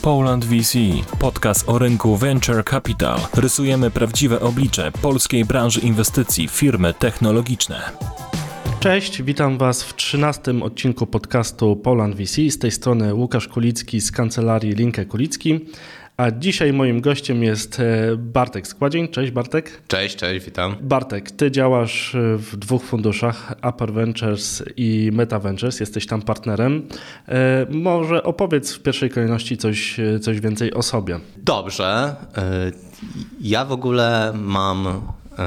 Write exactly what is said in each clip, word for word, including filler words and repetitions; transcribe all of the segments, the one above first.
Poland V C, podcast o rynku Venture Capital. Rysujemy prawdziwe oblicze polskiej branży inwestycji w firmy technologiczne. Cześć, witam Was w trzynastym odcinku podcastu Poland V C. Z tej strony Łukasz Kulicki z kancelarii Linke Kulicki. A dzisiaj moim gościem jest Bartek Składzień. Cześć Bartek. Cześć, cześć, witam. Bartek, ty działasz w dwóch funduszach, Upper Ventures i Meta Ventures, jesteś tam partnerem. Może opowiedz w pierwszej kolejności coś, coś więcej o sobie. Dobrze. Ja w ogóle mam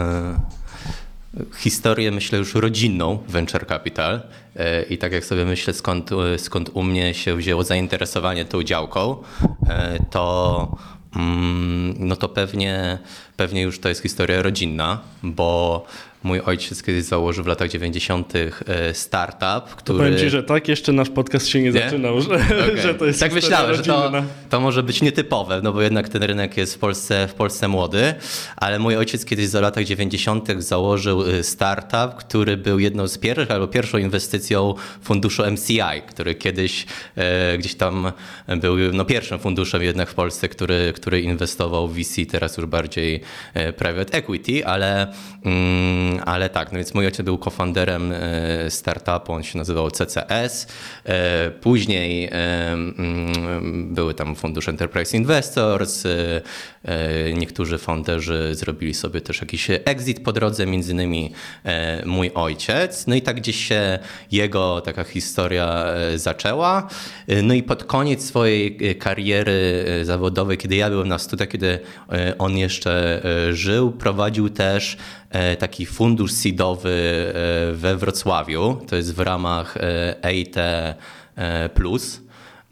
historię, myślę, już rodzinną Venture Capital i tak jak sobie myślę, skąd, skąd u mnie się wzięło zainteresowanie tą działką, to, no to pewnie, pewnie już to jest historia rodzinna, bo mój ojciec kiedyś założył w latach dziewięćdziesiątych startup, który... Powiem ci, że tak, jeszcze nasz podcast się nie, nie? zaczynał, że, okay. że to jest tak myślałem, rodzinna. że to, to może być nietypowe, no bo jednak ten rynek jest w Polsce, w Polsce młody, ale mój ojciec kiedyś w latach dziewięćdziesiątych założył startup, który był jedną z pierwszych albo pierwszą inwestycją funduszu M C I, który kiedyś e, gdzieś tam był no, pierwszym funduszem jednak w Polsce, który, który inwestował w V C, teraz już bardziej e, private equity, ale mm, Ale tak, no więc mój ojciec był cofounderem startupu, on się nazywał C C S. Później były tam fundusze Enterprise Investors. Niektórzy founderzy zrobili sobie też jakiś exit po drodze, między innymi mój ojciec. No i tak gdzieś się jego taka historia zaczęła. No i pod koniec swojej kariery zawodowej, kiedy ja byłem na studiach, kiedy on jeszcze żył, prowadził też taki fundusz seedowy we Wrocławiu. To jest w ramach E I T plus.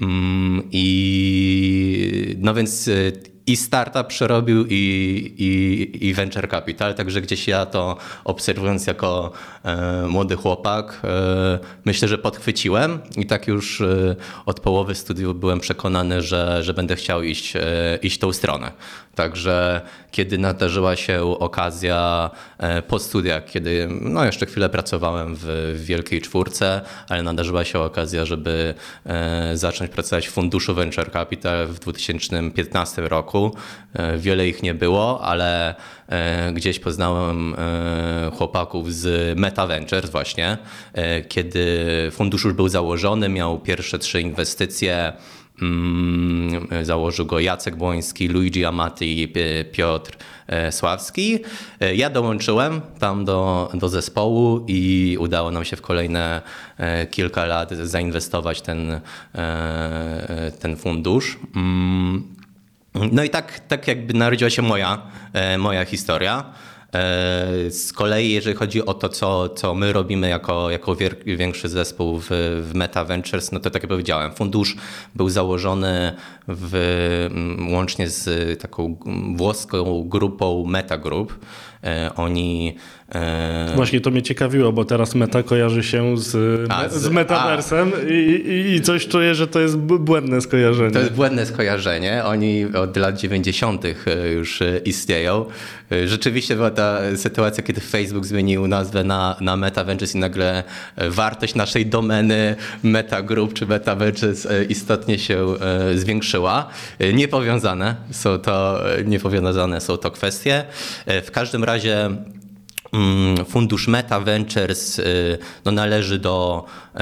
I no więc i startup przerobił i, i, i venture capital, także gdzieś ja to obserwując jako e, młody chłopak e, myślę, że podchwyciłem i tak już e, od połowy studiów byłem przekonany, że, że będę chciał iść, e, iść tą stronę. Także kiedy nadarzyła się okazja e, po studiach, kiedy no jeszcze chwilę pracowałem w, w Wielkiej Czwórce, ale nadarzyła się okazja, żeby e, zacząć pracować w funduszu venture capital w dwa tysiące piętnastym roku. Wiele ich nie było, ale gdzieś poznałem chłopaków z Meta Ventures właśnie, kiedy fundusz już był założony, miał pierwsze trzy inwestycje. Założył go Jacek Błoński, Luigi Amati i Piotr Sławski. Ja dołączyłem tam do, do zespołu i udało nam się w kolejne kilka lat zainwestować ten, ten fundusz. No i tak, tak jakby narodziła się moja, moja historia. Z kolei jeżeli chodzi o to, co, co my robimy jako, jako większy zespół w, w Meta Ventures, no to tak jak powiedziałem, fundusz był założony w, łącznie z taką włoską grupą Meta Group. Oni... Właśnie to mnie ciekawiło, bo teraz Meta kojarzy się z, a, z, z Metaversem i, i, i coś czuję, że to jest błędne skojarzenie. To jest błędne skojarzenie. Oni od lat dziewięćdziesiątych już istnieją. Rzeczywiście była ta sytuacja, kiedy Facebook zmienił nazwę na, na Meta Ventures i nagle wartość naszej domeny Meta Group czy Meta Ventures istotnie się zwiększyła. Niepowiązane są to, niepowiązane są to kwestie. W każdym razie fundusz Meta Ventures no, należy do,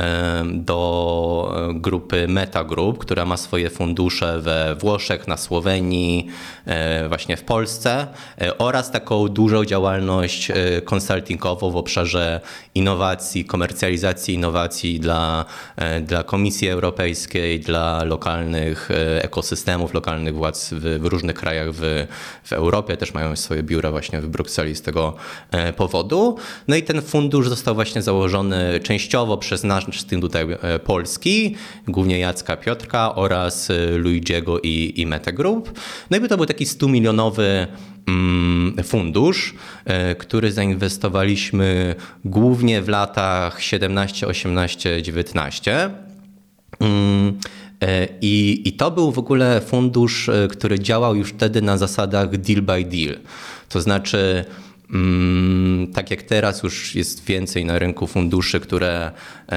do grupy Meta Group, która ma swoje fundusze we Włoszech, na Słowenii, właśnie w Polsce oraz taką dużą działalność konsultingową w obszarze innowacji, komercjalizacji innowacji dla, dla Komisji Europejskiej, dla lokalnych ekosystemów, lokalnych władz w, w różnych krajach w, w Europie. Też mają swoje biura właśnie w Brukseli z tego powodu. No i ten fundusz został właśnie założony częściowo przez nasz team tutaj polski, głównie Jacka Piotrka oraz Luigiego i, i Meta Group. No i to był taki stu milionowy fundusz, który zainwestowaliśmy głównie w latach siedemnaście, osiemnaście, dziewiętnaście. I, I to był w ogóle fundusz, który działał już wtedy na zasadach deal by deal. To znaczy Tak jak teraz już jest więcej na rynku funduszy, które,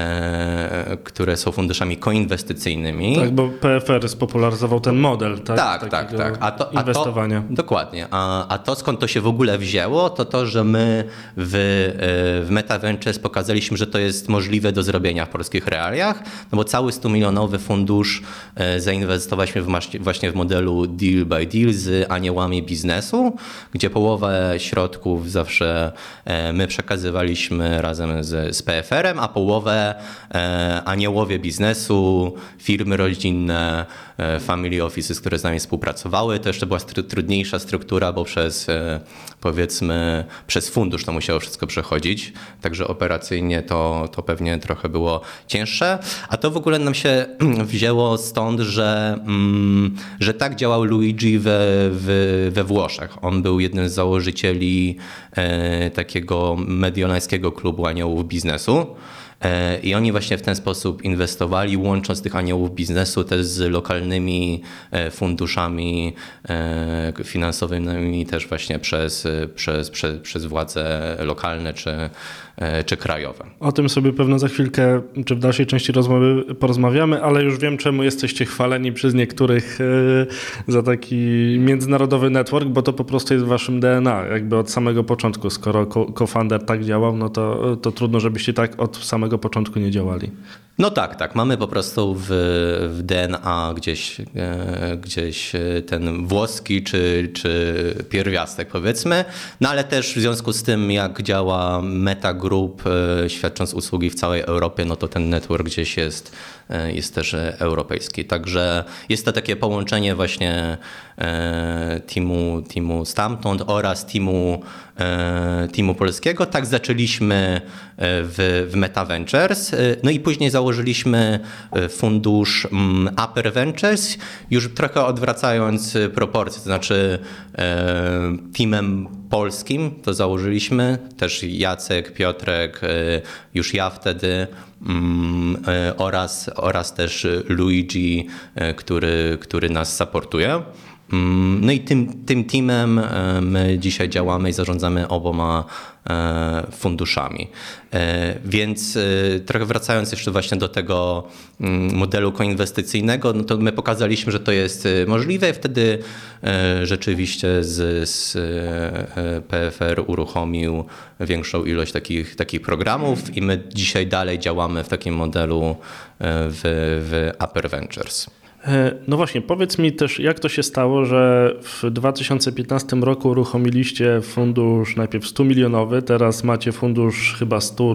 które są funduszami koinwestycyjnymi. Tak, bo P F R spopularyzował ten model, tak? Tak, tak, tak. A to, inwestowania. A to, dokładnie. A, a to skąd to się w ogóle wzięło, to to, że my w, w Meta Ventures pokazaliśmy, że to jest możliwe do zrobienia w polskich realiach, no bo cały stu milionowy fundusz zainwestowaliśmy w, właśnie w modelu deal by deal z aniołami biznesu, gdzie połowę środków zawsze my przekazywaliśmy razem z, z P F R-em, a połowę aniołowie biznesu, firmy rodzinne, family offices, które z nami współpracowały. To jeszcze była stru- trudniejsza struktura, bo przez powiedzmy przez fundusz to musiało wszystko przechodzić, także operacyjnie to, to pewnie trochę było cięższe. A to w ogóle nam się wzięło stąd, że, mm, że tak działał Luigi we, we, we Włoszech. On był jednym z założycieli e, takiego mediolańskiego klubu aniołów biznesu. I oni właśnie w ten sposób inwestowali, łącząc tych aniołów biznesu też z lokalnymi funduszami finansowymi też właśnie przez, przez, przez, przez władze lokalne czy, czy krajowe. O tym sobie pewno za chwilkę, czy w dalszej części rozmowy porozmawiamy, ale już wiem, czemu jesteście chwaleni przez niektórych za taki międzynarodowy network, bo to po prostu jest w waszym D N A, jakby od samego początku. Skoro co-founder tak działał, no to, to trudno, żebyście tak od samego początku nie działali. No tak, tak. Mamy po prostu w, w D N A gdzieś, gdzieś ten włoski czy, czy pierwiastek powiedzmy, no ale też w związku z tym, jak działa Meta Group, świadcząc usługi w całej Europie, no to ten network gdzieś jest, jest też europejski. Także jest to takie połączenie właśnie teamu, teamu stamtąd oraz teamu, teamu polskiego. Tak zaczęliśmy w, w Meta Ventures. No i później założyliśmy fundusz Upper Ventures, już trochę odwracając proporcje, to znaczy teamem polskim to założyliśmy, też Jacek, Piotrek, już ja wtedy oraz, oraz też Luigi, który, który nas supportuje. No i tym, tym teamem my dzisiaj działamy i zarządzamy oboma funduszami. Więc trochę wracając jeszcze właśnie do tego modelu koinwestycyjnego, no to my pokazaliśmy, że to jest możliwe i wtedy rzeczywiście z, z P F R uruchomił większą ilość takich, takich programów i my dzisiaj dalej działamy w takim modelu w, w Upper Ventures. No właśnie, powiedz mi też, jak to się stało, że w dwa tysiące piętnastym roku uruchomiliście fundusz najpierw stu milionowy, teraz macie fundusz chyba sto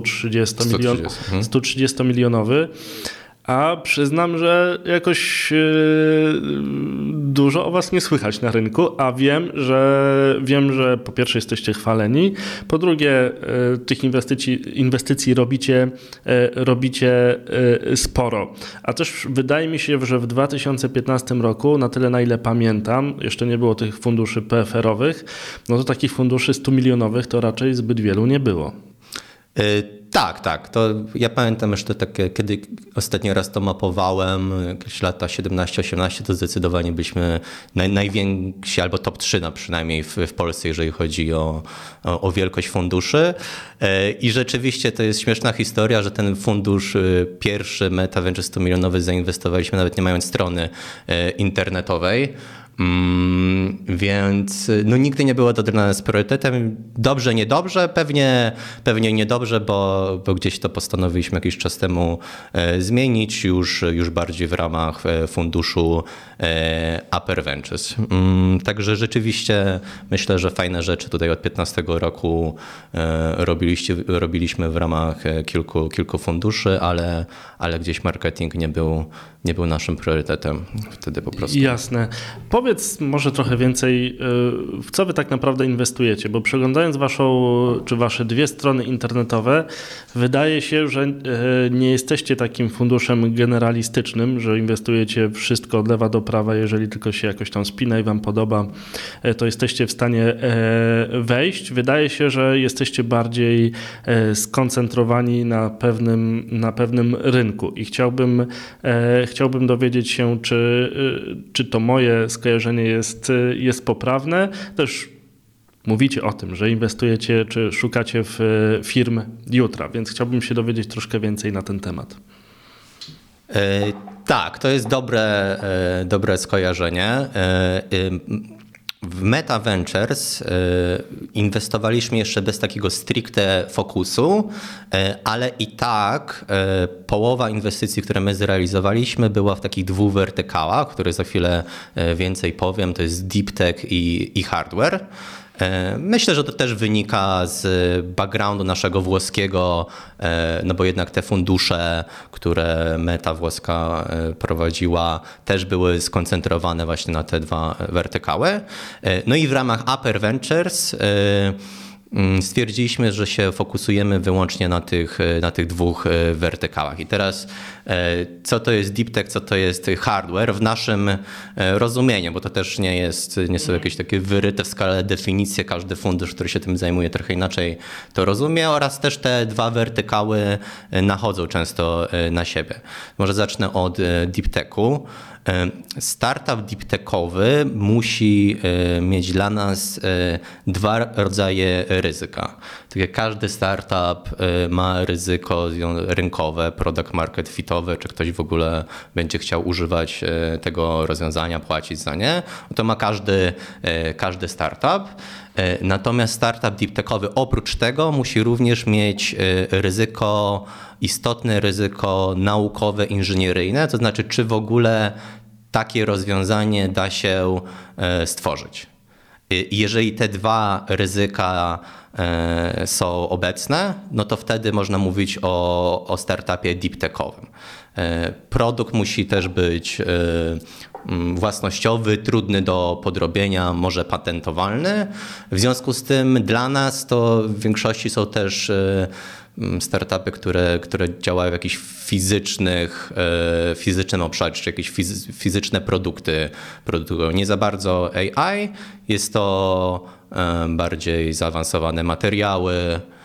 trzydzieści milionowy. A przyznam, że jakoś yy, dużo o was nie słychać na rynku, a wiem, że wiem, że po pierwsze jesteście chwaleni, po drugie yy, tych inwestycji, inwestycji robicie, yy, robicie yy, sporo. A też wydaje mi się, że w dwa tysiące piętnastym roku, na tyle na ile pamiętam, jeszcze nie było tych funduszy P F R-owych, no to takich funduszy stu milionowych to raczej zbyt wielu nie było. Yy. Tak, tak. To ja pamiętam jeszcze takie, kiedy ostatni raz to mapowałem, jakieś lata siedemnaście osiemnaście, to zdecydowanie byliśmy naj, najwięksi, albo top trzy na przynajmniej w, w Polsce, jeżeli chodzi o, o, o wielkość funduszy. I rzeczywiście to jest śmieszna historia, że ten fundusz pierwszy Meta Ventures stu milionowy zainwestowaliśmy nawet nie mając strony internetowej. Mm, więc no, nigdy nie było to dla nas priorytetem. Dobrze, niedobrze, pewnie, pewnie niedobrze, bo, bo gdzieś to postanowiliśmy jakiś czas temu e, zmienić już, już bardziej w ramach e, funduszu e, Upper Ventures. Mm, także rzeczywiście myślę, że fajne rzeczy tutaj od piętnastego roku e, robiliście, robiliśmy w ramach kilku, kilku funduszy, ale, ale gdzieś marketing nie był, nie był naszym priorytetem wtedy po prostu. Jasne. Powiedz może trochę więcej, w co wy tak naprawdę inwestujecie, bo przeglądając waszą, czy wasze dwie strony internetowe, wydaje się, że nie jesteście takim funduszem generalistycznym, że inwestujecie wszystko od lewa do prawa, jeżeli tylko się jakoś tam spina i wam podoba, to jesteście w stanie wejść. Wydaje się, że jesteście bardziej skoncentrowani na pewnym, na pewnym rynku i chciałbym, chciałbym dowiedzieć się, czy, czy to moje skojarzenie jest, jest poprawne. Też mówicie o tym, że inwestujecie czy szukacie w firm jutra, więc chciałbym się dowiedzieć troszkę więcej na ten temat. E, tak, to jest dobre, e, dobre skojarzenie. E, e, W Meta Ventures y, inwestowaliśmy jeszcze bez takiego stricte fokusu, y, ale i tak y, połowa inwestycji, które my zrealizowaliśmy, była w takich dwóch wertykałach, które za chwilę y, więcej powiem, to jest deep tech i, i hardware. Myślę, że to też wynika z backgroundu naszego włoskiego, no bo jednak te fundusze, które Meta włoska prowadziła, też były skoncentrowane właśnie na te dwa wertykały. No i w ramach Upper Ventures stwierdziliśmy, że się fokusujemy wyłącznie na tych, na tych dwóch wertykałach. I teraz co to jest deep tech, co to jest hardware w naszym rozumieniu, bo to też nie jest, nie są jakieś takie wyryte w skale definicje, każdy fundusz, który się tym zajmuje, trochę inaczej to rozumie, oraz też te dwa wertykały nachodzą często na siebie. Może zacznę od deep techu. Startup deep techowy musi mieć dla nas dwa rodzaje ryzyka. Tak jak każdy startup ma ryzyko rynkowe, product market fitowe, czy ktoś w ogóle będzie chciał używać tego rozwiązania, płacić za nie, to ma każdy, każdy startup. Natomiast startup deep techowy oprócz tego musi również mieć ryzyko, istotne ryzyko naukowe, inżynieryjne, to znaczy czy w ogóle takie rozwiązanie da się stworzyć. Jeżeli te dwa ryzyka są obecne, no to wtedy można mówić o, o startupie deep techowym. Produkt musi też być własnościowy, trudny do podrobienia, może patentowalny. W związku z tym dla nas to w większości są też startupy, które, które działają w jakichś fizycznych, fizycznym obszarze, czy jakieś fizyczne produkty produkują. Nie za bardzo A I, jest to bardziej zaawansowane materiały.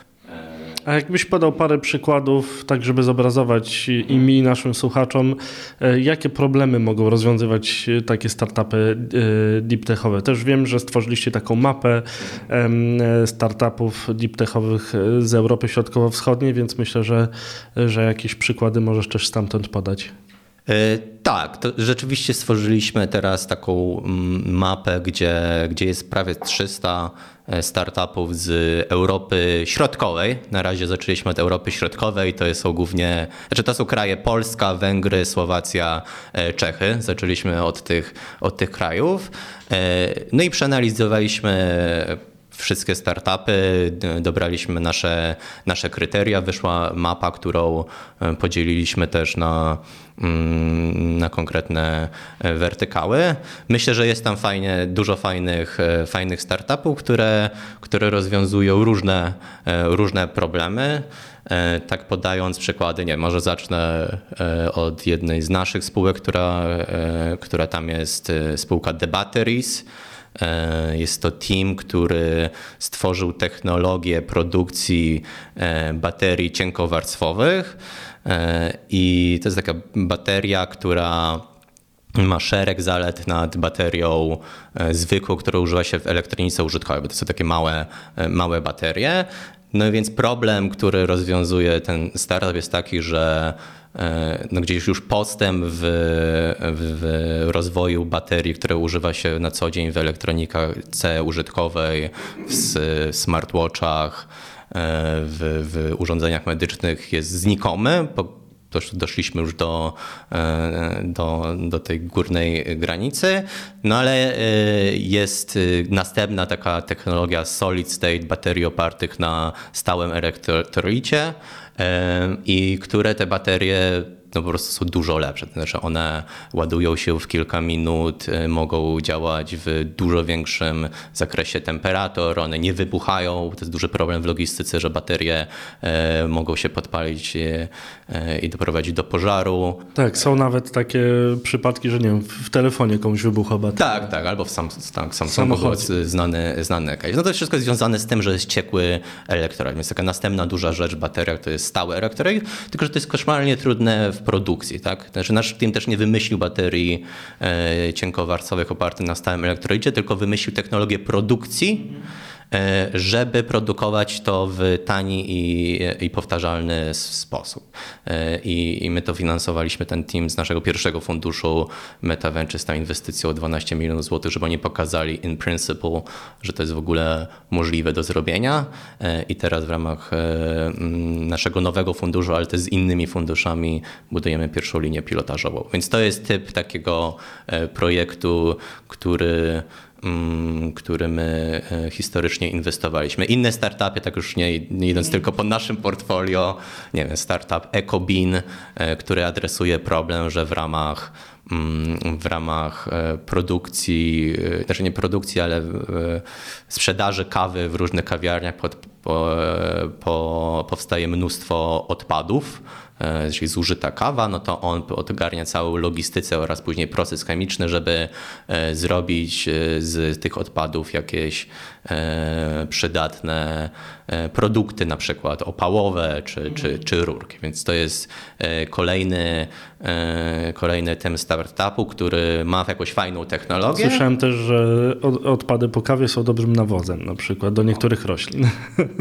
A jakbyś podał parę przykładów, tak żeby zobrazować i mi, i naszym słuchaczom, jakie problemy mogą rozwiązywać takie startupy deep techowe? Też wiem, że stworzyliście taką mapę startupów deep techowych z Europy Środkowo-Wschodniej, więc myślę, że, że jakieś przykłady możesz też stamtąd podać. Tak, to rzeczywiście stworzyliśmy teraz taką mapę, gdzie, gdzie jest prawie trzysta startupów z Europy Środkowej. Na razie zaczęliśmy od Europy Środkowej, to są głównie, znaczy to są kraje Polska, Węgry, Słowacja, Czechy. Zaczęliśmy od tych, od tych krajów. No i przeanalizowaliśmy wszystkie startupy, dobraliśmy nasze, nasze kryteria, wyszła mapa, którą podzieliliśmy też na, na konkretne wertykały. Myślę, że jest tam fajnie, dużo fajnych, fajnych startupów, które, które rozwiązują różne, różne problemy. Tak podając przykłady, nie, może zacznę od jednej z naszych spółek, która, która tam jest, spółka The Batteries. Jest to team, który stworzył technologię produkcji baterii cienkowarstwowych i to jest taka bateria, która ma szereg zalet nad baterią zwykłą, która używa się w elektronice użytkowej, bo to są takie małe, małe baterie. No więc problem, który rozwiązuje ten startup jest taki, że no gdzieś już postęp w, w rozwoju baterii, które używa się na co dzień w elektronice użytkowej, w smartwatchach, w, w urządzeniach medycznych jest znikomy. Doszliśmy już do, do, do tej górnej granicy, no ale jest następna taka technologia solid state baterii opartych na stałym elektrolicie i które te baterie no po prostu są dużo lepsze. To znaczy one ładują się w kilka minut, mogą działać w dużo większym zakresie temperatur, one nie wybuchają. To jest duży problem w logistyce, że baterie e, mogą się podpalić e, e, i doprowadzić do pożaru. Tak, są nawet takie przypadki, że nie wiem, w telefonie komuś wybucha bateria. Tak, tak, albo w sam, tak, Samsungu znany, znany case. No to wszystko jest związane z tym, że jest ciekły elektrolit. Więc taka następna duża rzecz, bateria to jest stały elektrolit, tylko że to jest koszmarnie trudne w produkcji, tak? Znaczy nasz team też nie wymyślił baterii e, cienkowarstwowych opartych na stałym elektrolicie, tylko wymyślił technologię produkcji żeby produkować to w tani i, i powtarzalny sposób. I, I my to finansowaliśmy, ten team z naszego pierwszego funduszu Meta Ventures, tą inwestycją o dwanaście milionów złotych, żeby oni pokazali in principle, że to jest w ogóle możliwe do zrobienia. I teraz w ramach naszego nowego funduszu, ale też z innymi funduszami budujemy pierwszą linię pilotażową. Więc to jest typ takiego projektu, który który my historycznie inwestowaliśmy. Inne startupy, tak już nie, nie idąc tylko po naszym portfolio, nie wiem, startup EcoBean, który adresuje problem, że w ramach w ramach produkcji, znaczy nie produkcji, ale sprzedaży kawy w różnych kawiarniach pod, po, po, powstaje mnóstwo odpadów. Jeśli zużyta kawa, no to on odgarnia całą logistykę oraz później proces chemiczny, żeby zrobić z tych odpadów jakieś przydatne produkty, na przykład opałowe czy, czy, czy rurki. Więc to jest kolejny, kolejny ten startupu, który ma jakąś fajną technologię. Słyszałem też, że odpady po kawie są dobrym nawozem, na przykład do niektórych roślin.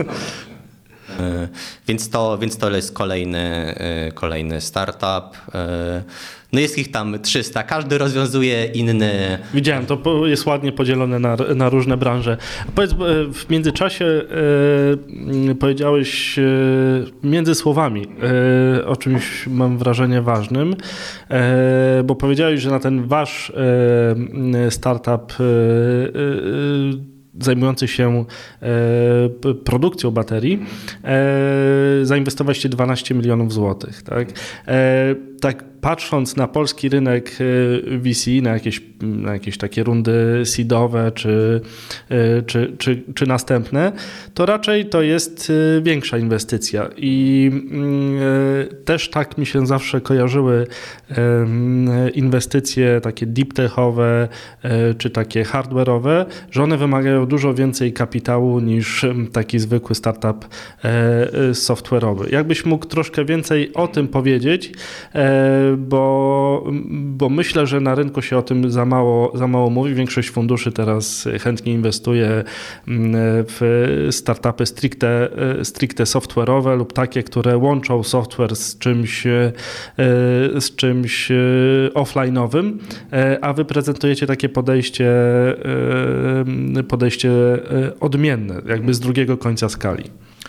Więc to, więc to jest kolejny, kolejny startup. No jest ich tam trzysta, każdy rozwiązuje inny... Widziałem, to jest ładnie podzielone na, na różne branże. Powiedz, w międzyczasie e, powiedziałeś e, między słowami e, o czymś, mam wrażenie, ważnym, e, bo powiedziałeś, że na ten wasz e, startup e, e, zajmujący się e, produkcją baterii, e, zainwestowaliście dwanaście milionów złotych. Tak? E, tak patrząc na polski rynek V C, na jakieś, na jakieś takie rundy seedowe czy, czy, czy, czy następne, to raczej to jest większa inwestycja. I też tak mi się zawsze kojarzyły inwestycje takie deep techowe czy takie hardware'owe, że one wymagają dużo więcej kapitału niż taki zwykły startup software'owy. Jakbyś mógł troszkę więcej o tym powiedzieć, bo, bo myślę, że na rynku się o tym za mało, za mało mówi. Większość funduszy teraz chętnie inwestuje w startupy stricte, stricte software'owe lub takie, które łączą software z czymś, z czymś offline'owym, a wy prezentujecie takie podejście, podejście odmienne, jakby z drugiego końca skali.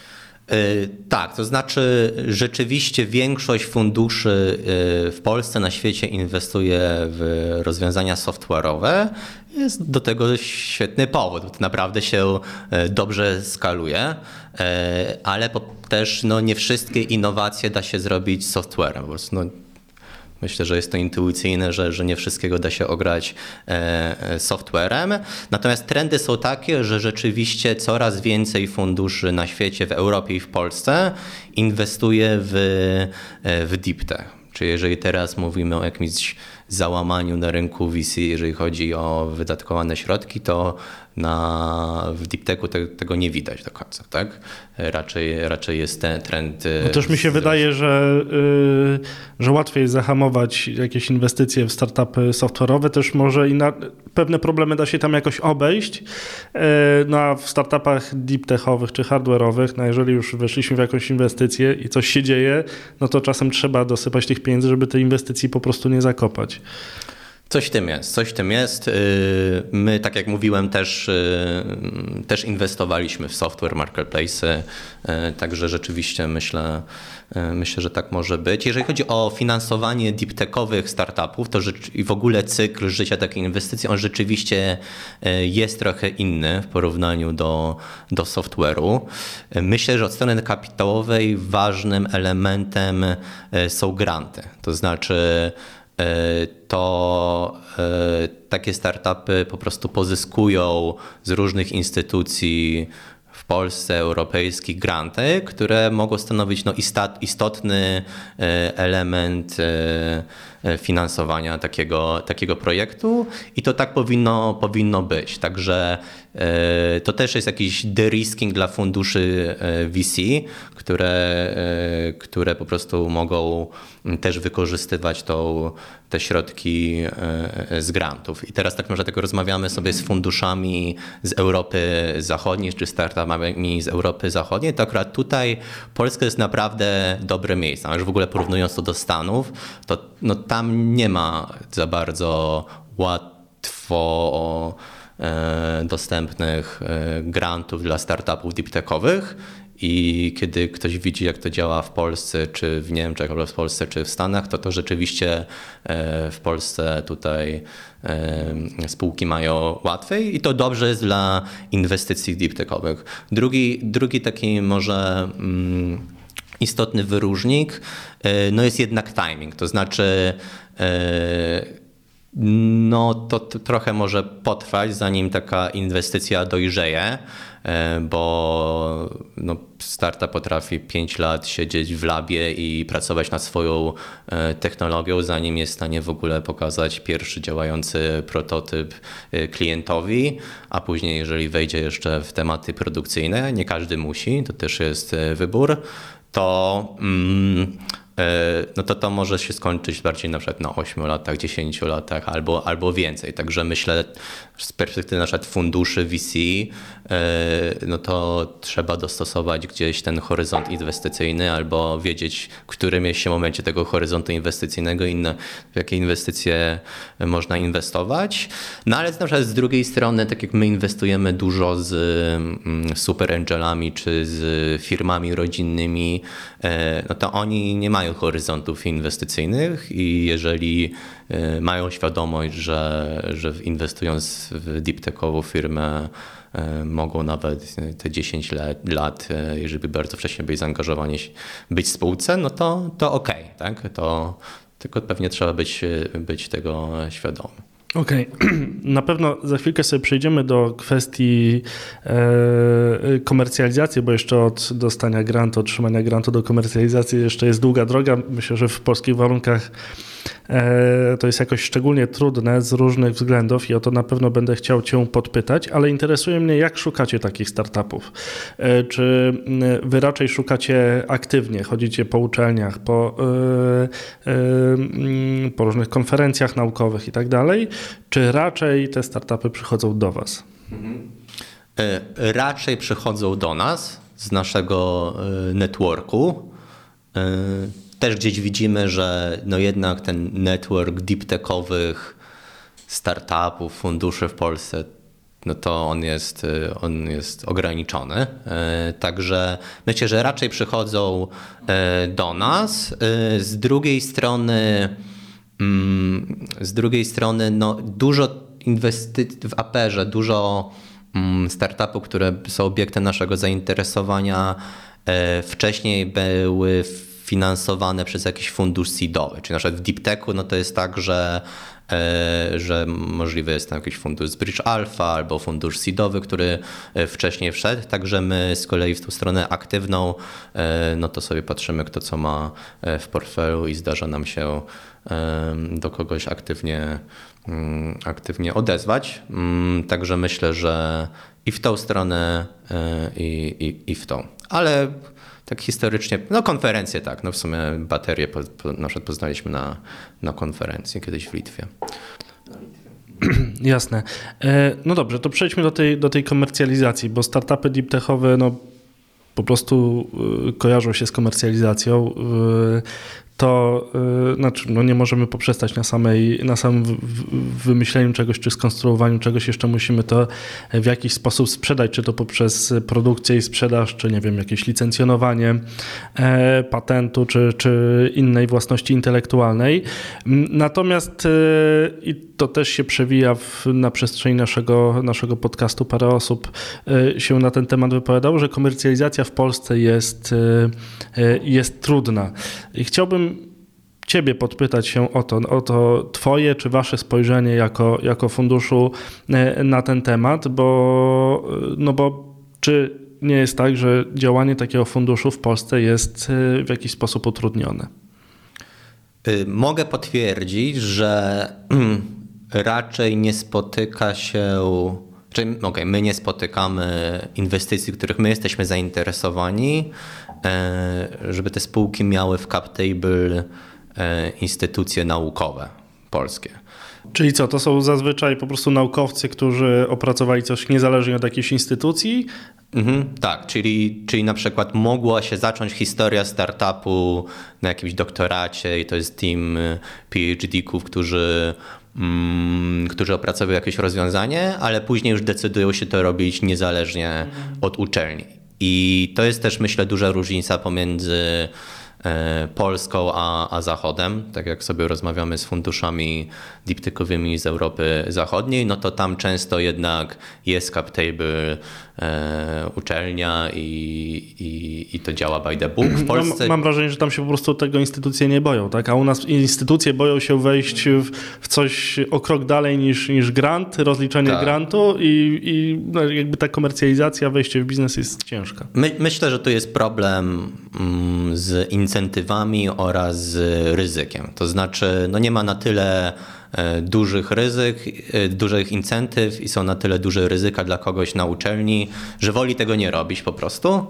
Tak, to znaczy rzeczywiście większość funduszy w Polsce, na świecie inwestuje w rozwiązania software'owe. Jest do tego świetny powód, bo to naprawdę się dobrze skaluje, ale też no, nie wszystkie innowacje da się zrobić software'em. Po prostu, no, myślę, że jest to intuicyjne, że, że nie wszystkiego da się ograć e, software'em. Natomiast trendy są takie, że rzeczywiście coraz więcej funduszy na świecie, w Europie i w Polsce inwestuje w, w deep tech. Czyli jeżeli teraz mówimy o jakimś załamaniu na rynku V C, jeżeli chodzi o wydatkowane środki, to na, w deep techu te, tego nie widać do końca, tak? Raczej, raczej jest ten trend. No też mi się z... wydaje, że, yy, że łatwiej zahamować jakieś inwestycje w startupy software'owe, też może i na, pewne problemy da się tam jakoś obejść. Yy, no a w startupach deep techowych czy hardware'owych, no jeżeli już weszliśmy w jakąś inwestycję i coś się dzieje, no to czasem trzeba dosypać tych pieniędzy, żeby tej inwestycji po prostu nie zakopać. Coś w tym jest, coś w tym jest. My, tak jak mówiłem, też, też inwestowaliśmy w software marketplace, także rzeczywiście myślę, myślę, że tak może być. Jeżeli chodzi o finansowanie deep techowych startupów, to i w ogóle cykl życia takiej inwestycji, on rzeczywiście jest trochę inny w porównaniu do, do software'u. Myślę, że od strony kapitałowej ważnym elementem są granty, to znaczy to takie startupy po prostu pozyskują z różnych instytucji Polsce europejskich granty, które mogą stanowić no, istotny element finansowania takiego, takiego projektu i to tak powinno, powinno być. Także to też jest jakiś de-risking dla funduszy V C, które, które po prostu mogą też wykorzystywać tą, te środki z grantów. I teraz tak może tego rozmawiamy sobie z funduszami z Europy Zachodniej, czy startupami z Europy Zachodniej, to akurat tutaj Polska jest naprawdę dobre miejsce. A już w ogóle porównując to do Stanów, to no, tam nie ma za bardzo łatwo dostępnych grantów dla startupów deep techowych. I kiedy ktoś widzi, jak to działa w Polsce, czy w Niemczech, albo w Polsce, czy w Stanach, to to rzeczywiście w Polsce tutaj spółki mają łatwiej i to dobrze jest dla inwestycji deep techowych. Drugi, drugi taki może istotny wyróżnik no jest jednak timing, to znaczy no to trochę może potrwać, zanim taka inwestycja dojrzeje, bo no, startup potrafi pięć lat siedzieć w labie i pracować nad swoją technologią, zanim jest w stanie w ogóle pokazać pierwszy działający prototyp klientowi, a później jeżeli wejdzie jeszcze w tematy produkcyjne, nie każdy musi, to też jest wybór, to mm, no to to może się skończyć bardziej na przykład na ośmiu latach, dziesięciu latach albo, albo więcej. Także myślę z perspektywy na przykład funduszy V C, no to trzeba dostosować gdzieś ten horyzont inwestycyjny albo wiedzieć, w którym jest się momencie tego horyzontu inwestycyjnego i na, w jakie inwestycje można inwestować. No ale na przykład z drugiej strony, tak jak my inwestujemy dużo z super angelami czy z firmami rodzinnymi, no to oni nie mają horyzontów inwestycyjnych i jeżeli mają świadomość, że, że inwestując w deep techową firmę mogą nawet te dziesięć lat, jeżeli bardzo wcześnie byli zaangażowani, być w spółce, no to, to okej, tak? To, tylko pewnie trzeba być, być tego świadomy. Okej, okay. Na pewno za chwilkę sobie przejdziemy do kwestii e, komercjalizacji, bo jeszcze od dostania grantu, otrzymania grantu do komercjalizacji jeszcze jest długa droga. Myślę, że w polskich warunkach e, to jest jakoś szczególnie trudne z różnych względów i o to na pewno będę chciał Cię podpytać, ale interesuje mnie, jak szukacie takich startupów. E, czy Wy raczej szukacie aktywnie, chodzicie po uczelniach, po, e, e, po różnych konferencjach naukowych i tak dalej, czy raczej te startupy przychodzą do Was? Raczej przychodzą do nas z naszego networku. Też gdzieś widzimy, że no jednak ten network deep techowych startupów, funduszy w Polsce, no to on jest, on jest ograniczony. Także myślę, że raczej przychodzą do nas. Z drugiej strony Z drugiej strony no, dużo inwestycji w Aperze, dużo startupów, które są obiektem naszego zainteresowania, wcześniej były finansowane przez jakiś fundusz seedowy. Czyli na przykład w Deep Techu no to jest tak, że, że możliwy jest tam jakiś fundusz z Bridge Alpha albo fundusz seedowy, który wcześniej wszedł. Także my z kolei w tą stronę aktywną, no to sobie patrzymy, kto co ma w portfelu i zdarza nam się do kogoś aktywnie, aktywnie odezwać. Także myślę, że i w tą stronę, i, i, i w tą. Ale tak historycznie, no konferencje tak, no w sumie baterię po, po, na przykład poznaliśmy na, na konferencji kiedyś w Litwie. Jasne. No dobrze, to przejdźmy do tej, do tej komercjalizacji, bo startupy deep techowe no, po prostu kojarzą się z komercjalizacją. To znaczy, no nie możemy poprzestać na, samej, na samym wymyśleniu czegoś, czy skonstruowaniu czegoś. Jeszcze musimy to w jakiś sposób sprzedać, czy to poprzez produkcję i sprzedaż, czy nie wiem, jakieś licencjonowanie e, patentu, czy, czy innej własności intelektualnej. Natomiast e, i to też się przewija w, na przestrzeni naszego, naszego podcastu. Parę osób e, się na ten temat wypowiadało, że komercjalizacja w Polsce jest, e, jest trudna. I chciałbym Ciebie podpytać się o to, o to Twoje czy Wasze spojrzenie jako, jako funduszu na ten temat, bo, no bo czy nie jest tak, że działanie takiego funduszu w Polsce jest w jakiś sposób utrudnione? Mogę potwierdzić, że raczej nie spotyka się, czyli okay, my nie spotykamy inwestycji, których my jesteśmy zainteresowani, żeby te spółki miały w cap table instytucje naukowe polskie. Czyli co, to są zazwyczaj po prostu naukowcy, którzy opracowali coś niezależnie od jakiejś instytucji? Mhm, tak, czyli, czyli na przykład mogła się zacząć historia startupu na jakimś doktoracie i to jest team PhD-ków, którzy, mm, którzy opracowują jakieś rozwiązanie, ale później już decydują się to robić niezależnie mhm. od uczelni. I to jest też, myślę, duża różnica pomiędzy Polską a, a Zachodem. Tak jak sobie rozmawiamy z funduszami deep-techowymi z Europy Zachodniej, no to tam często jednak jest cap table, e, uczelnia i, i, i to działa by the book. W Polsce... Mam, mam wrażenie, że tam się po prostu tego instytucje nie boją, tak? A u nas instytucje boją się wejść w, w coś o krok dalej niż, niż grant, rozliczenie tak. grantu i, i no jakby ta komercjalizacja, wejście w biznes jest ciężka. My, myślę, że tu jest problem mm, z incentywami oraz z ryzykiem. To znaczy, no nie ma na tyle dużych ryzyk, dużych incentyw i są na tyle duże ryzyka dla kogoś na uczelni, że woli tego nie robić po prostu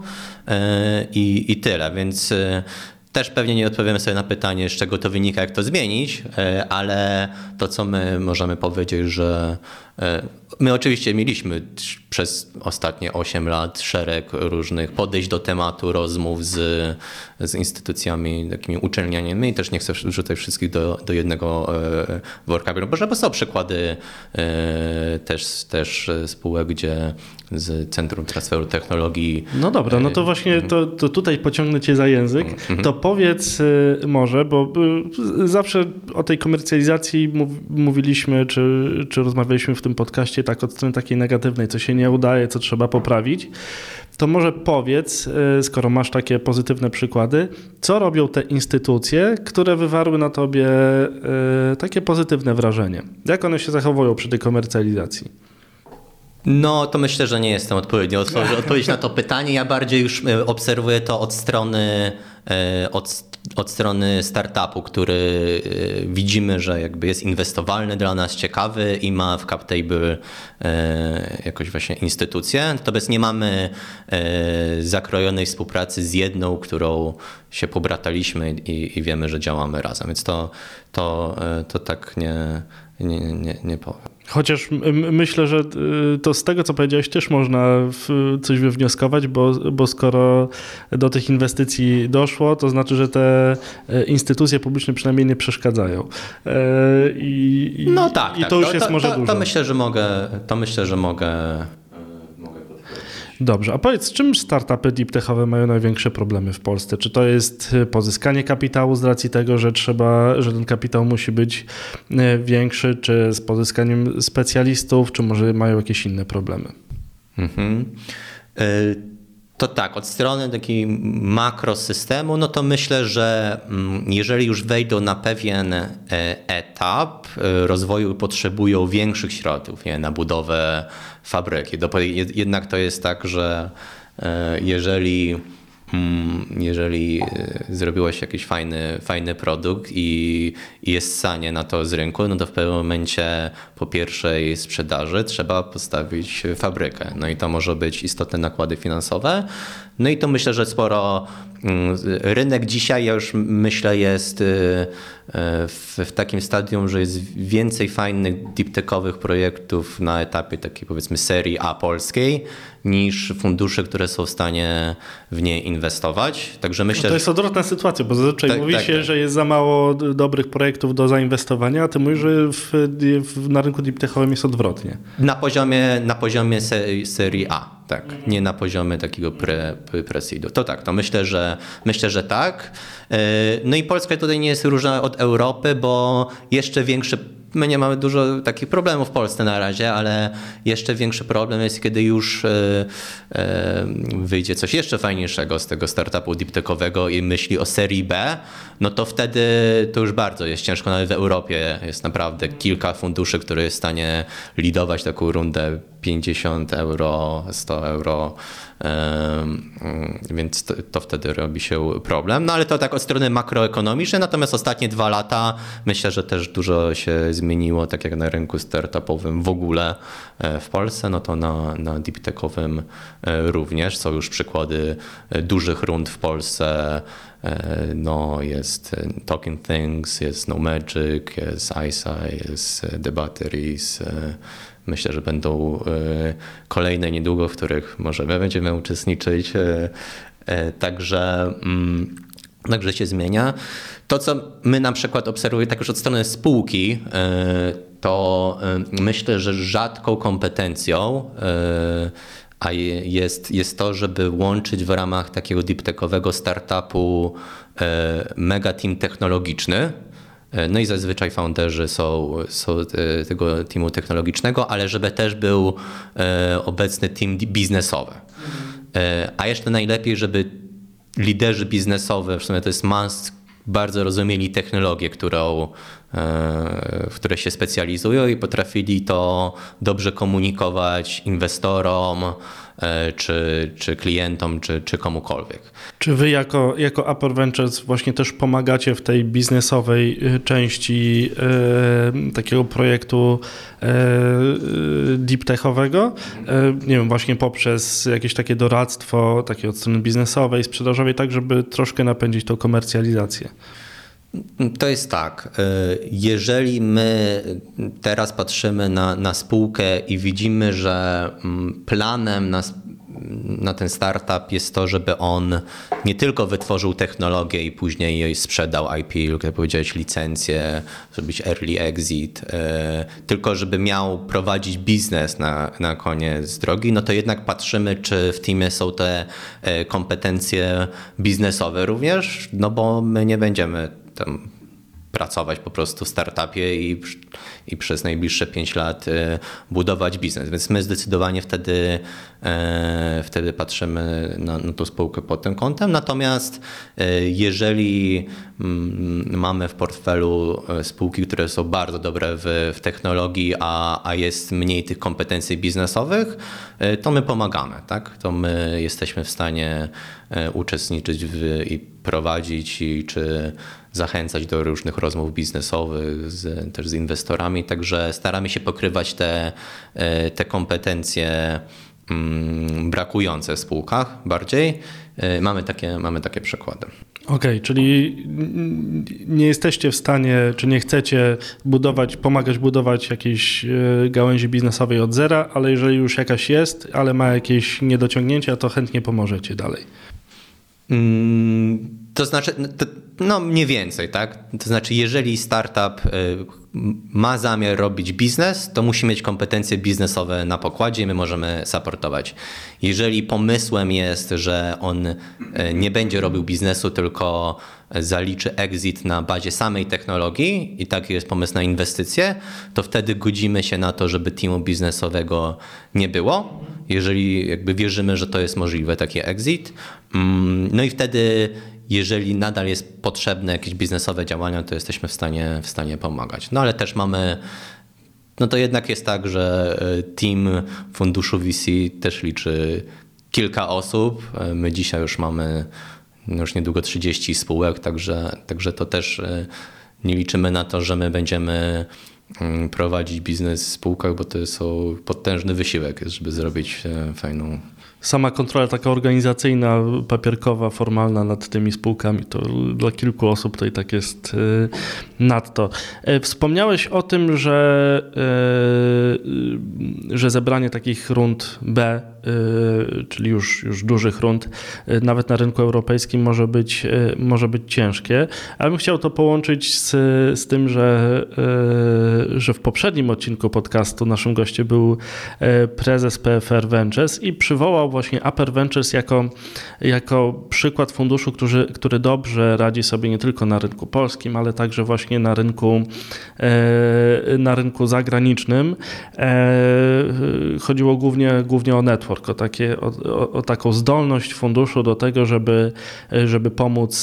i, i tyle. Więc też pewnie nie odpowiemy sobie na pytanie, z czego to wynika, jak to zmienić, ale to, co my możemy powiedzieć, że my oczywiście mieliśmy przez ostatnie osiem lat szereg różnych podejść do tematu, rozmów z, z instytucjami, takimi uczelnianymi i też nie chcę wrzucać wszystkich do, do jednego worka, bo są przykłady też, też spółek, gdzie z Centrum Transferu Technologii. No dobra, no to właśnie to, to tutaj pociągnę cię za język. Mm-hmm. To powiedz może, bo zawsze o tej komercjalizacji mówiliśmy, czy, czy rozmawialiśmy w tym podcaście tak od strony takiej negatywnej, co się nie udaje, co trzeba poprawić. To może powiedz, skoro masz takie pozytywne przykłady, co robią te instytucje, które wywarły na tobie takie pozytywne wrażenie? Jak one się zachowują przy tej komercjalizacji? No, to myślę, że nie jestem odpowiednio odpowiedzieć na to pytanie. Ja bardziej już obserwuję to od strony, od, od strony startupu, który widzimy, że jakby jest inwestowalny dla nas, ciekawy i ma w cap table jakoś właśnie instytucję. Natomiast nie mamy zakrojonej współpracy z jedną, którą się pobrataliśmy i, i wiemy, że działamy razem. Więc to, to, to tak nie, nie, nie, nie powiem. Chociaż myślę, że to z tego, co powiedziałeś, też można coś wywnioskować, bo, bo skoro do tych inwestycji doszło, to znaczy, że te instytucje publiczne przynajmniej nie przeszkadzają. I, no tak, i tak. to już to, jest to, może to, dużo. To myślę, że mogę, to myślę, że mogę. Dobrze, a powiedz, z czym startupy deep-techowe mają największe problemy w Polsce? Czy to jest pozyskanie kapitału z racji tego, że trzeba, że ten kapitał musi być większy, czy z pozyskaniem specjalistów, czy może mają jakieś inne problemy? Mhm. To tak, od strony takiej makrosystemu, no to myślę, że jeżeli już wejdą na pewien etap rozwoju, potrzebują większych środków, nie, na budowę fabryki. Jednak to jest tak, że jeżeli jeżeli zrobiłeś jakiś fajny, fajny produkt i, i jest ssanie na to z rynku, no to w pewnym momencie po pierwszej sprzedaży trzeba postawić fabrykę. No i to może być istotne nakłady finansowe. No i to myślę, że sporo rynek dzisiaj, ja już myślę, jest w, w takim stadium, że jest więcej fajnych deep-techowych projektów na etapie takiej, powiedzmy, serii A polskiej niż fundusze, które są w stanie w nie inwestować. Także myślę, no to jest odwrotna sytuacja, bo zazwyczaj tak, mówi tak, się, tak. że jest za mało dobrych projektów do zainwestowania, a ty mówisz, że w, w, na rynku deep-techowym jest odwrotnie. Na poziomie, na poziomie serii, serii A. Tak, nie na poziomie takiego pre, pre-seedu. To tak, to myślę, że myślę, że tak. No i Polska tutaj nie jest różna od Europy, bo jeszcze większy, my nie mamy dużo takich problemów w Polsce na razie, ale jeszcze większy problem jest, kiedy już wyjdzie coś jeszcze fajniejszego z tego startupu deep-techowego i myśli o serii B, no to wtedy to już bardzo jest ciężko. Nawet w Europie jest naprawdę kilka funduszy, które jest w stanie lidować taką rundę pięćdziesiąt euro, sto euro, więc to, to wtedy robi się problem. No ale to tak od strony makroekonomicznej, natomiast ostatnie dwa lata myślę, że też dużo się zmieniło, tak jak na rynku startupowym w ogóle w Polsce, no to na, na deep techowym również. Są już przykłady dużych rund w Polsce. No jest Talking Things, jest No Magic, jest iSci, jest The Batteries. Myślę, że będą kolejne niedługo, w których może my będziemy uczestniczyć. Także, także się zmienia. To, co my na przykład obserwujemy tak już od strony spółki, to myślę, że rzadką kompetencją a jest, jest to, żeby łączyć w ramach takiego deep techowego startupu mega team technologiczny. No i zazwyczaj founderzy są, są tego teamu technologicznego, ale żeby też był obecny team biznesowy. A jeszcze najlepiej, żeby liderzy biznesowi, w sumie to jest must, bardzo rozumieli technologię, którą, w której się specjalizują i potrafili to dobrze komunikować inwestorom, czy, czy klientom, czy, czy komukolwiek. Czy wy jako, jako Upper Ventures właśnie też pomagacie w tej biznesowej części e, takiego projektu e, deep techowego? E, nie wiem, właśnie poprzez jakieś takie doradztwo, takie od strony biznesowej, sprzedażowej, tak żeby troszkę napędzić tą komercjalizację? To jest tak, jeżeli my teraz patrzymy na, na spółkę i widzimy, że planem na, na ten startup jest to, żeby on nie tylko wytworzył technologię i później jej sprzedał I P, jak powiedziałeś, licencję, zrobić early exit, tylko żeby miał prowadzić biznes na, na koniec drogi, no to jednak patrzymy, czy w teamie są te kompetencje biznesowe również, no bo my nie będziemy tam pracować po prostu w startupie i, i przez najbliższe pięć lat budować biznes. Więc my zdecydowanie wtedy, wtedy patrzymy na, na tą spółkę pod tym kątem. Natomiast jeżeli mamy w portfelu spółki, które są bardzo dobre w, w technologii, a, a jest mniej tych kompetencji biznesowych, to my pomagamy. Tak? To my jesteśmy w stanie uczestniczyć w, i prowadzić i czy zachęcać do różnych rozmów biznesowych z, też z inwestorami, także staramy się pokrywać te, te kompetencje brakujące w spółkach bardziej. Mamy takie, mamy takie przykłady. Okej, okay, czyli nie jesteście w stanie, czy nie chcecie budować, pomagać budować jakiejś gałęzi biznesowej od zera, ale jeżeli już jakaś jest, ale ma jakieś niedociągnięcia, to chętnie pomożecie dalej. Hmm, to znaczy, to, no mniej więcej, tak? To znaczy, jeżeli startup ma zamiar robić biznes, to musi mieć kompetencje biznesowe na pokładzie i my możemy supportować. Jeżeli pomysłem jest, że on nie będzie robił biznesu, tylko zaliczy exit na bazie samej technologii i taki jest pomysł na inwestycje, to wtedy godzimy się na to, żeby teamu biznesowego nie było, jeżeli jakby wierzymy, że to jest możliwe, taki exit. No i wtedy, jeżeli nadal jest potrzebne jakieś biznesowe działania, to jesteśmy w stanie, w stanie pomagać. No ale też mamy, no to jednak jest tak, że team funduszu V C też liczy kilka osób. My dzisiaj już mamy już niedługo trzydzieści spółek, także, także to też nie liczymy na to, że my będziemy prowadzić biznes w spółkach, bo to jest potężny wysiłek, żeby zrobić fajną... Sama kontrola taka organizacyjna, papierkowa, formalna nad tymi spółkami, to dla kilku osób to i tak jest nadto. Wspomniałeś o tym, że, że zebranie takich rund B, czyli już, już dużych rund, nawet na rynku europejskim może być, może być ciężkie, ale bym chciał to połączyć z, z tym, że, że w poprzednim odcinku podcastu naszym gościem był prezes P F R Ventures i przywołał właśnie Upper Ventures jako, jako przykład funduszu, który, który dobrze radzi sobie nie tylko na rynku polskim, ale także właśnie na rynku, na rynku zagranicznym. Chodziło głównie, głównie o network network, o, takie, o, o, o taką zdolność funduszu do tego, żeby, żeby pomóc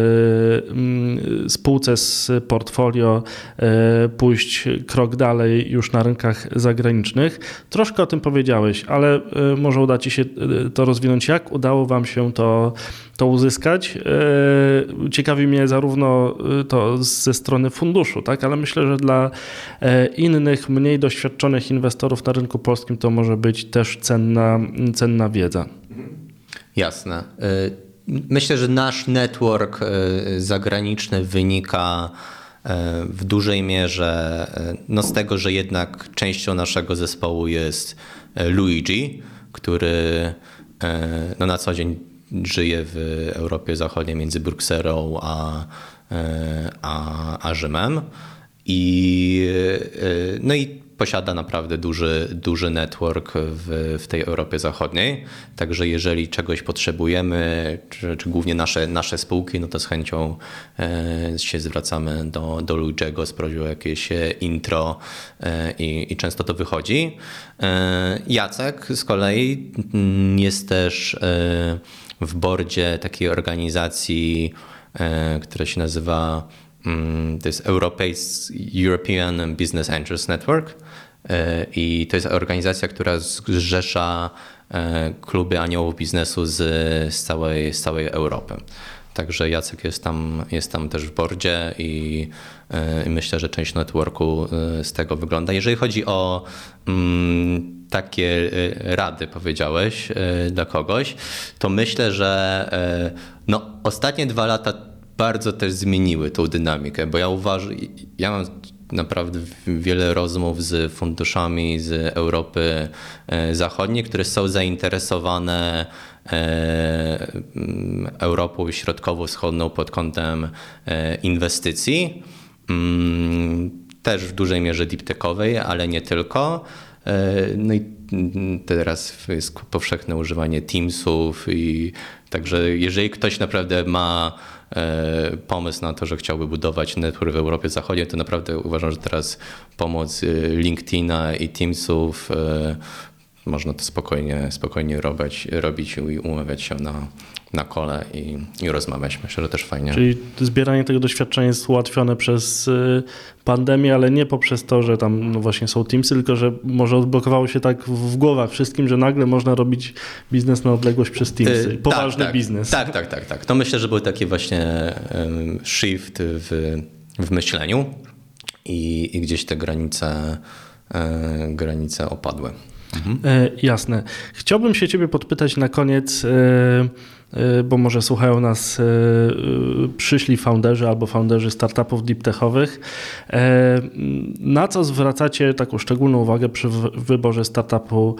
spółce z portfolio pójść krok dalej już na rynkach zagranicznych. Troszkę o tym powiedziałeś, ale może uda Ci się to rozwinąć. Jak udało Wam się to, to uzyskać? Ciekawi mnie zarówno to ze strony funduszu, tak? Ale myślę, że dla innych, mniej doświadczonych inwestorów na rynku polskim to może być też cenna, cenna wiedza. Jasne. Myślę, że nasz network zagraniczny wynika w dużej mierze no z tego, że jednak częścią naszego zespołu jest Luigi, który no na co dzień żyje w Europie Zachodniej między Brukselą a, a, a Rzymem. I, no i posiada naprawdę duży, duży network w, w tej Europie Zachodniej. Także jeżeli czegoś potrzebujemy, czy, czy głównie nasze, nasze spółki, no to z chęcią e, się zwracamy do, do Luigiego z prośbą o jakieś intro e, i, i często to wychodzi. E, Jacek z kolei jest też e, w boardzie takiej organizacji, e, która się nazywa to jest European Business Angels Network i to jest organizacja, która zrzesza kluby aniołów biznesu z, z, całej, z całej Europy. Także Jacek jest tam, jest tam też w boardzie i, i myślę, że część networku z tego wygląda. Jeżeli chodzi o mm, takie rady, powiedziałeś, dla kogoś, to myślę, że no, ostatnie dwa lata bardzo też zmieniły tą dynamikę, bo ja uważam, ja mam naprawdę wiele rozmów z funduszami z Europy Zachodniej, które są zainteresowane Europą Środkowo-Wschodnią pod kątem inwestycji, też w dużej mierze deep techowej, ale nie tylko. No i teraz jest powszechne używanie Teamsów i także jeżeli ktoś naprawdę ma pomysł na to, że chciałby budować network w Europie Zachodniej, to naprawdę uważam, że teraz pomoc LinkedIna i Teamsów można to spokojnie, spokojnie robić, robić i umawiać się na, na kole i, i rozmawiać. Myślę, że też fajnie. Czyli zbieranie tego doświadczenia jest ułatwione przez pandemię, ale nie poprzez to, że tam no właśnie są Teamsy, tylko że może odblokowało się tak w głowach wszystkim, że nagle można robić biznes na odległość przez Teamsy. Poważny tak, tak, biznes. Tak, tak, tak, tak. To myślę, że był taki właśnie shift w, w myśleniu i, i gdzieś te granice, granice opadły. Mhm. E, jasne. Chciałbym się ciebie podpytać na koniec, e, e, bo może słuchają nas e, przyszli founderzy albo founderzy startupów deep techowych. E, na co zwracacie taką szczególną uwagę przy w, wyborze startupu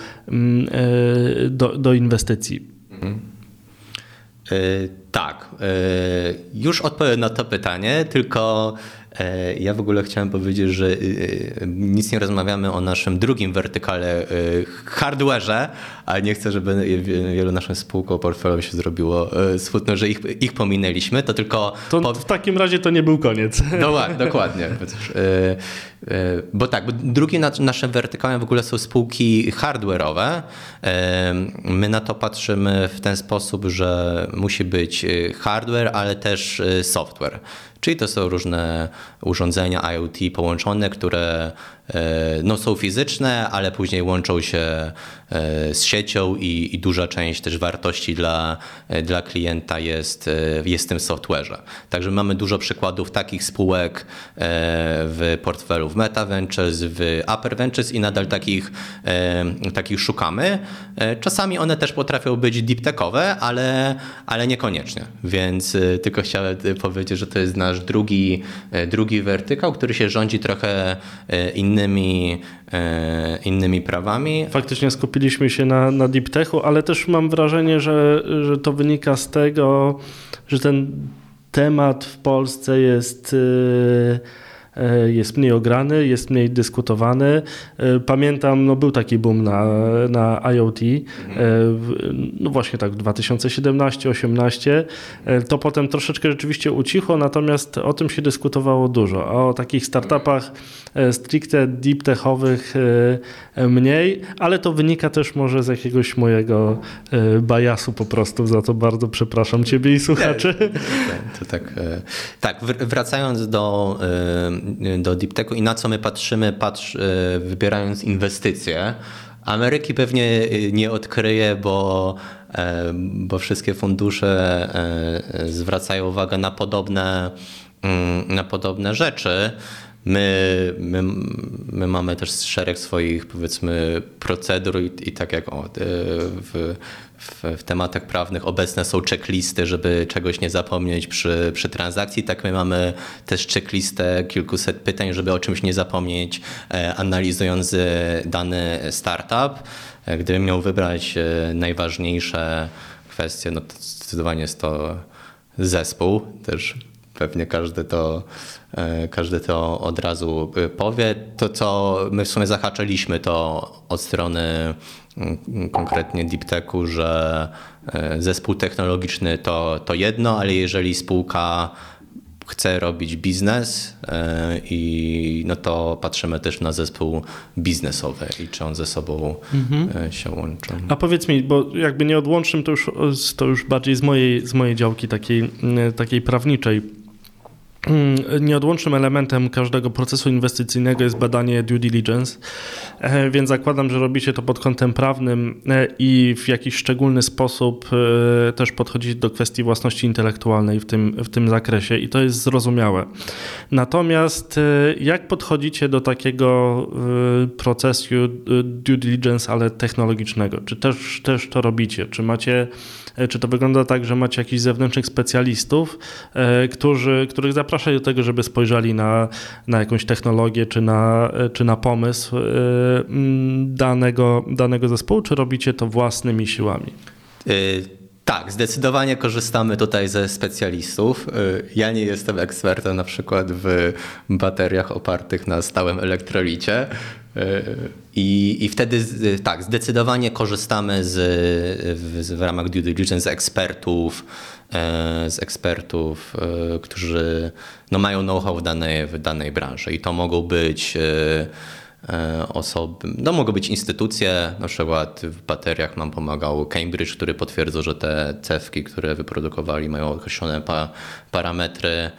e, do, do inwestycji? Mhm. E, tak. E, już odpowiem na to pytanie, tylko ja w ogóle chciałem powiedzieć, że nic nie rozmawiamy o naszym drugim wertykale hardware'ze, ale nie chcę, żeby wielu naszym spółkom portfolio się zrobiło smutno, że ich, ich pominęliśmy, to tylko... To po... w takim razie to nie był koniec. No, dokładnie. Bo tak, bo drugim naszym wertykalem w ogóle są spółki hardware'owe. My na to patrzymy w ten sposób, że musi być hardware, ale też software. Czyli to są różne urządzenia IoT połączone, które no, są fizyczne, ale później łączą się z siecią i, i duża część też wartości dla, dla klienta jest, jest w tym software'ze. Także mamy dużo przykładów takich spółek w portfelu w Meta Ventures, w Upper Ventures i nadal takich, takich szukamy. Czasami one też potrafią być deep techowe, ale, ale niekoniecznie. Więc tylko chciałem powiedzieć, że to jest nasz drugi, drugi wertykał, który się rządzi trochę innymi, innymi prawami. Faktycznie skupiliśmy się na, na deep techu, ale też mam wrażenie, że, że to wynika z tego, że ten temat w Polsce jest jest mniej ograny, jest mniej dyskutowany. Pamiętam, no był taki boom na, na IoT, no właśnie tak w dwa tysiące siedemnastym osiemnastym. To potem troszeczkę rzeczywiście ucichło, natomiast o tym się dyskutowało dużo. A o takich startupach stricte deep techowych mniej, ale to wynika też może z jakiegoś mojego biasu po prostu, za to bardzo przepraszam ciebie i słuchaczy. To, to tak, tak, wracając do, do deep techu i na co my patrzymy, patrz, wybierając inwestycje, Ameryki pewnie nie odkryje, bo, bo wszystkie fundusze zwracają uwagę na podobne, na podobne rzeczy. My, my, my mamy też szereg swoich, powiedzmy, procedur i, i tak jak o, w, w, w tematach prawnych obecne są checklisty, żeby czegoś nie zapomnieć przy, przy transakcji. Tak my mamy też checklistę kilkuset pytań, żeby o czymś nie zapomnieć, analizując dany startup. Gdybym miał wybrać najważniejsze kwestie, no to zdecydowanie jest to zespół też. Pewnie każdy to, każdy to od razu powie. To, co my w sumie zahaczyliśmy, to od strony konkretnie deep techu, że zespół technologiczny to, to jedno, ale jeżeli spółka chce robić biznes, i no to patrzymy też na zespół biznesowy i czy on ze sobą mhm. się łączy. A powiedz mi, bo jakby nieodłącznym to już, to już bardziej z mojej, z mojej działki takiej, takiej prawniczej. Nieodłącznym elementem każdego procesu inwestycyjnego jest badanie due diligence, więc zakładam, że robicie to pod kątem prawnym i w jakiś szczególny sposób też podchodzicie do kwestii własności intelektualnej w tym, w tym zakresie i to jest zrozumiałe. Natomiast jak podchodzicie do takiego procesu due diligence, ale technologicznego? Czy też, też to robicie? Czy macie Czy to wygląda tak, że macie jakichś zewnętrznych specjalistów, którzy, których zapraszają do tego, żeby spojrzeli na, na jakąś technologię czy na, czy na pomysł danego, danego zespołu, czy robicie to własnymi siłami? Tak, zdecydowanie korzystamy tutaj ze specjalistów. Ja nie jestem ekspertem na przykład w bateriach opartych na stałym elektrolicie. I, I wtedy tak, zdecydowanie korzystamy z, w, w ramach due diligence z ekspertów, z ekspertów, którzy no, mają know-how w danej, w danej branży. I to mogą być osoby, no mogą być instytucje, na przykład w bateriach nam pomagał Cambridge, który potwierdził, że te cewki, które wyprodukowali, mają określone pa, parametry.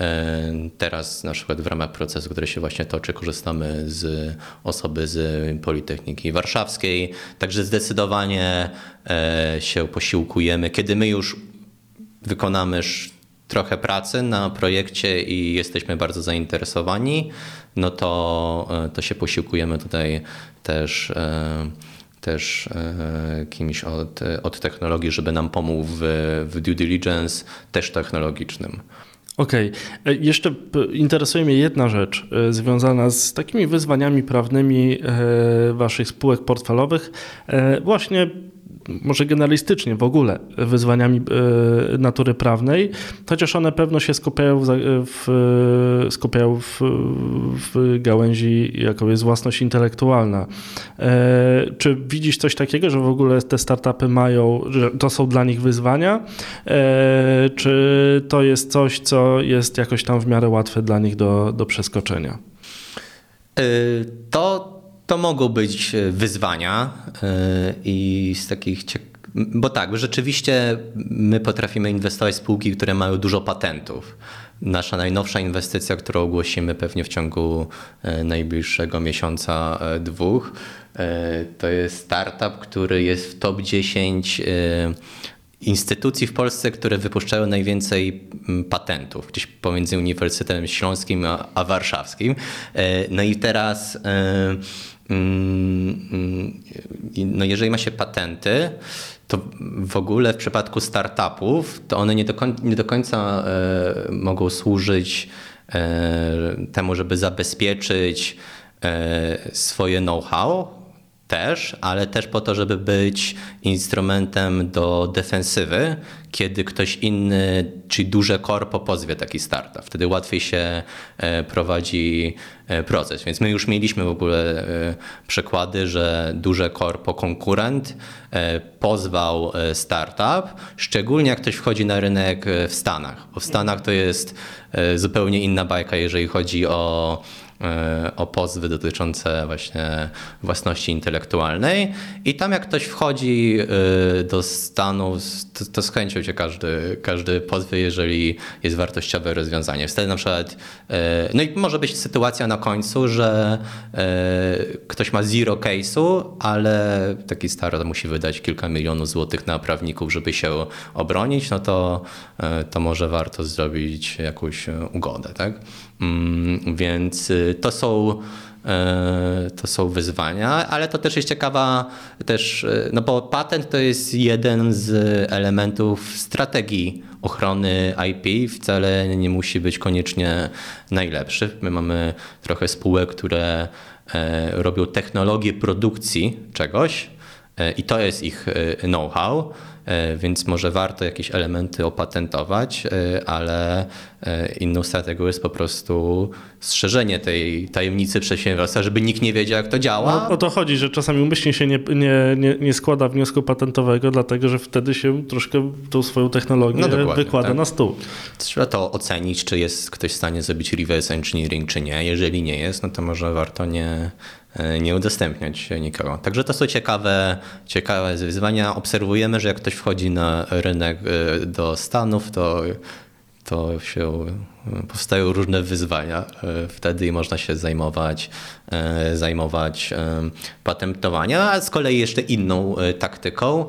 Teraz na przykład w ramach procesu, który się właśnie toczy, korzystamy z osoby z Politechniki Warszawskiej, także zdecydowanie się posiłkujemy. Kiedy my już wykonamy trochę pracy na projekcie i jesteśmy bardzo zainteresowani, no to, to się posiłkujemy tutaj też, też kimś od, od technologii, żeby nam pomógł w, w due diligence też technologicznym. Okej. Okay. Jeszcze interesuje mnie jedna rzecz związana z takimi wyzwaniami prawnymi waszych spółek portfelowych. Właśnie może generalistycznie w ogóle wyzwaniami natury prawnej, chociaż one pewno się skupiają w, w, skupiają w, w gałęzi, jaką jest własność intelektualna. Czy widzisz coś takiego, że w ogóle te startupy mają, że to są dla nich wyzwania? Czy to jest coś, co jest jakoś tam w miarę łatwe dla nich do, do przeskoczenia? To To mogą być wyzwania i z takich ciek- bo tak, rzeczywiście my potrafimy inwestować w spółki, które mają dużo patentów. Nasza najnowsza inwestycja, którą ogłosimy pewnie w ciągu najbliższego miesiąca, dwóch, to jest startup, który jest w top dziesięć instytucji w Polsce, które wypuszczają najwięcej patentów, gdzieś pomiędzy Uniwersytetem Śląskim a, a Warszawskim. No i teraz no jeżeli ma się patenty, to w ogóle w przypadku startupów, to one nie do końca, nie do końca mogą służyć temu, żeby zabezpieczyć swoje know-how, też, ale też po to, żeby być instrumentem do defensywy, kiedy ktoś inny, czyli duże korpo pozwie taki startup. Wtedy łatwiej się prowadzi proces. Więc my już mieliśmy w ogóle przykłady, że duże korpo, konkurent pozwał startup, szczególnie jak ktoś wchodzi na rynek w Stanach. Bo w Stanach to jest zupełnie inna bajka, jeżeli chodzi o o pozwy dotyczące właśnie własności intelektualnej i tam jak ktoś wchodzi do Stanów, to, to z chęcią cię każdy, każdy pozwie, jeżeli jest wartościowe rozwiązanie. Wtedy na przykład, no i może być sytuacja na końcu, że ktoś ma zero case'u, ale taki startup musi wydać kilka milionów złotych na prawników, żeby się obronić, no to, to może warto zrobić jakąś ugodę, tak? Więc to są, to są wyzwania, ale to też jest ciekawa też, no bo patent to jest jeden z elementów strategii ochrony I P, wcale nie musi być koniecznie najlepszy. My mamy trochę spółek, które robią technologię produkcji czegoś i to jest ich know-how. Więc może warto jakieś elementy opatentować, ale inną strategią jest po prostu strzeżenie tej tajemnicy przedsiębiorstwa, żeby nikt nie wiedział, jak to działa. No, o to chodzi, że czasami umyślnie się nie, nie, nie, nie składa wniosku patentowego, dlatego że wtedy się troszkę tą swoją technologię no wykłada tak. na stół. Trzeba to ocenić, czy jest ktoś w stanie zrobić reverse engineering, czy nie. Jeżeli nie jest, no to może warto nie... nie udostępniać nikogo. Także to są ciekawe, ciekawe wyzwania. Obserwujemy, że jak ktoś wchodzi na rynek do Stanów, to, to się powstają różne wyzwania. Wtedy można się zajmować, zajmować patentowaniem, a z kolei jeszcze inną taktyką.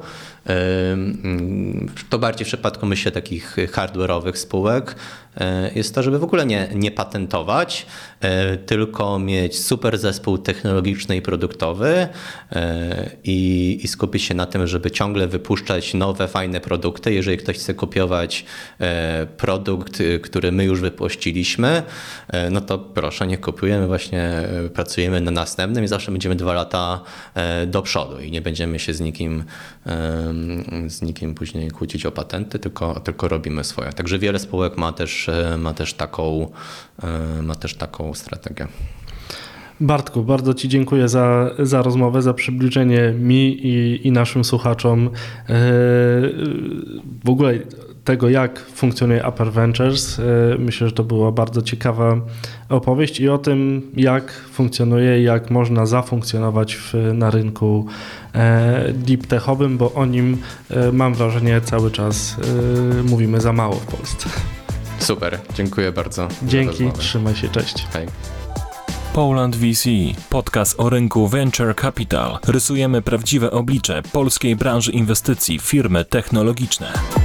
To bardziej w przypadku, myślę, takich hardware'owych spółek jest to, żeby w ogóle nie, nie patentować, tylko mieć super zespół technologiczny i produktowy i, i skupić się na tym, żeby ciągle wypuszczać nowe, fajne produkty. Jeżeli ktoś chce kopiować produkt, który my już wypuściliśmy, no to proszę, nie kopiujemy, właśnie pracujemy na następnym i zawsze będziemy dwa lata do przodu i nie będziemy się z nikim z nikim później kłócić o patenty, tylko, tylko robimy swoje. Także wiele spółek ma też, ma też taką, ma też taką strategię. Bartku, bardzo Ci dziękuję za, za rozmowę, za przybliżenie mi i, i naszym słuchaczom w ogóle tego, jak funkcjonuje Upper Ventures. Myślę, że to była bardzo ciekawa opowieść i o tym, jak funkcjonuje, jak można zafunkcjonować w, na rynku deep techowym, bo o nim, mam wrażenie, cały czas mówimy za mało w Polsce. Super, dziękuję bardzo. Dzięki, trzymaj się, cześć. Hej. Poland V C, podcast o rynku Venture Capital. Rysujemy prawdziwe oblicze polskiej branży inwestycji, firmy technologiczne.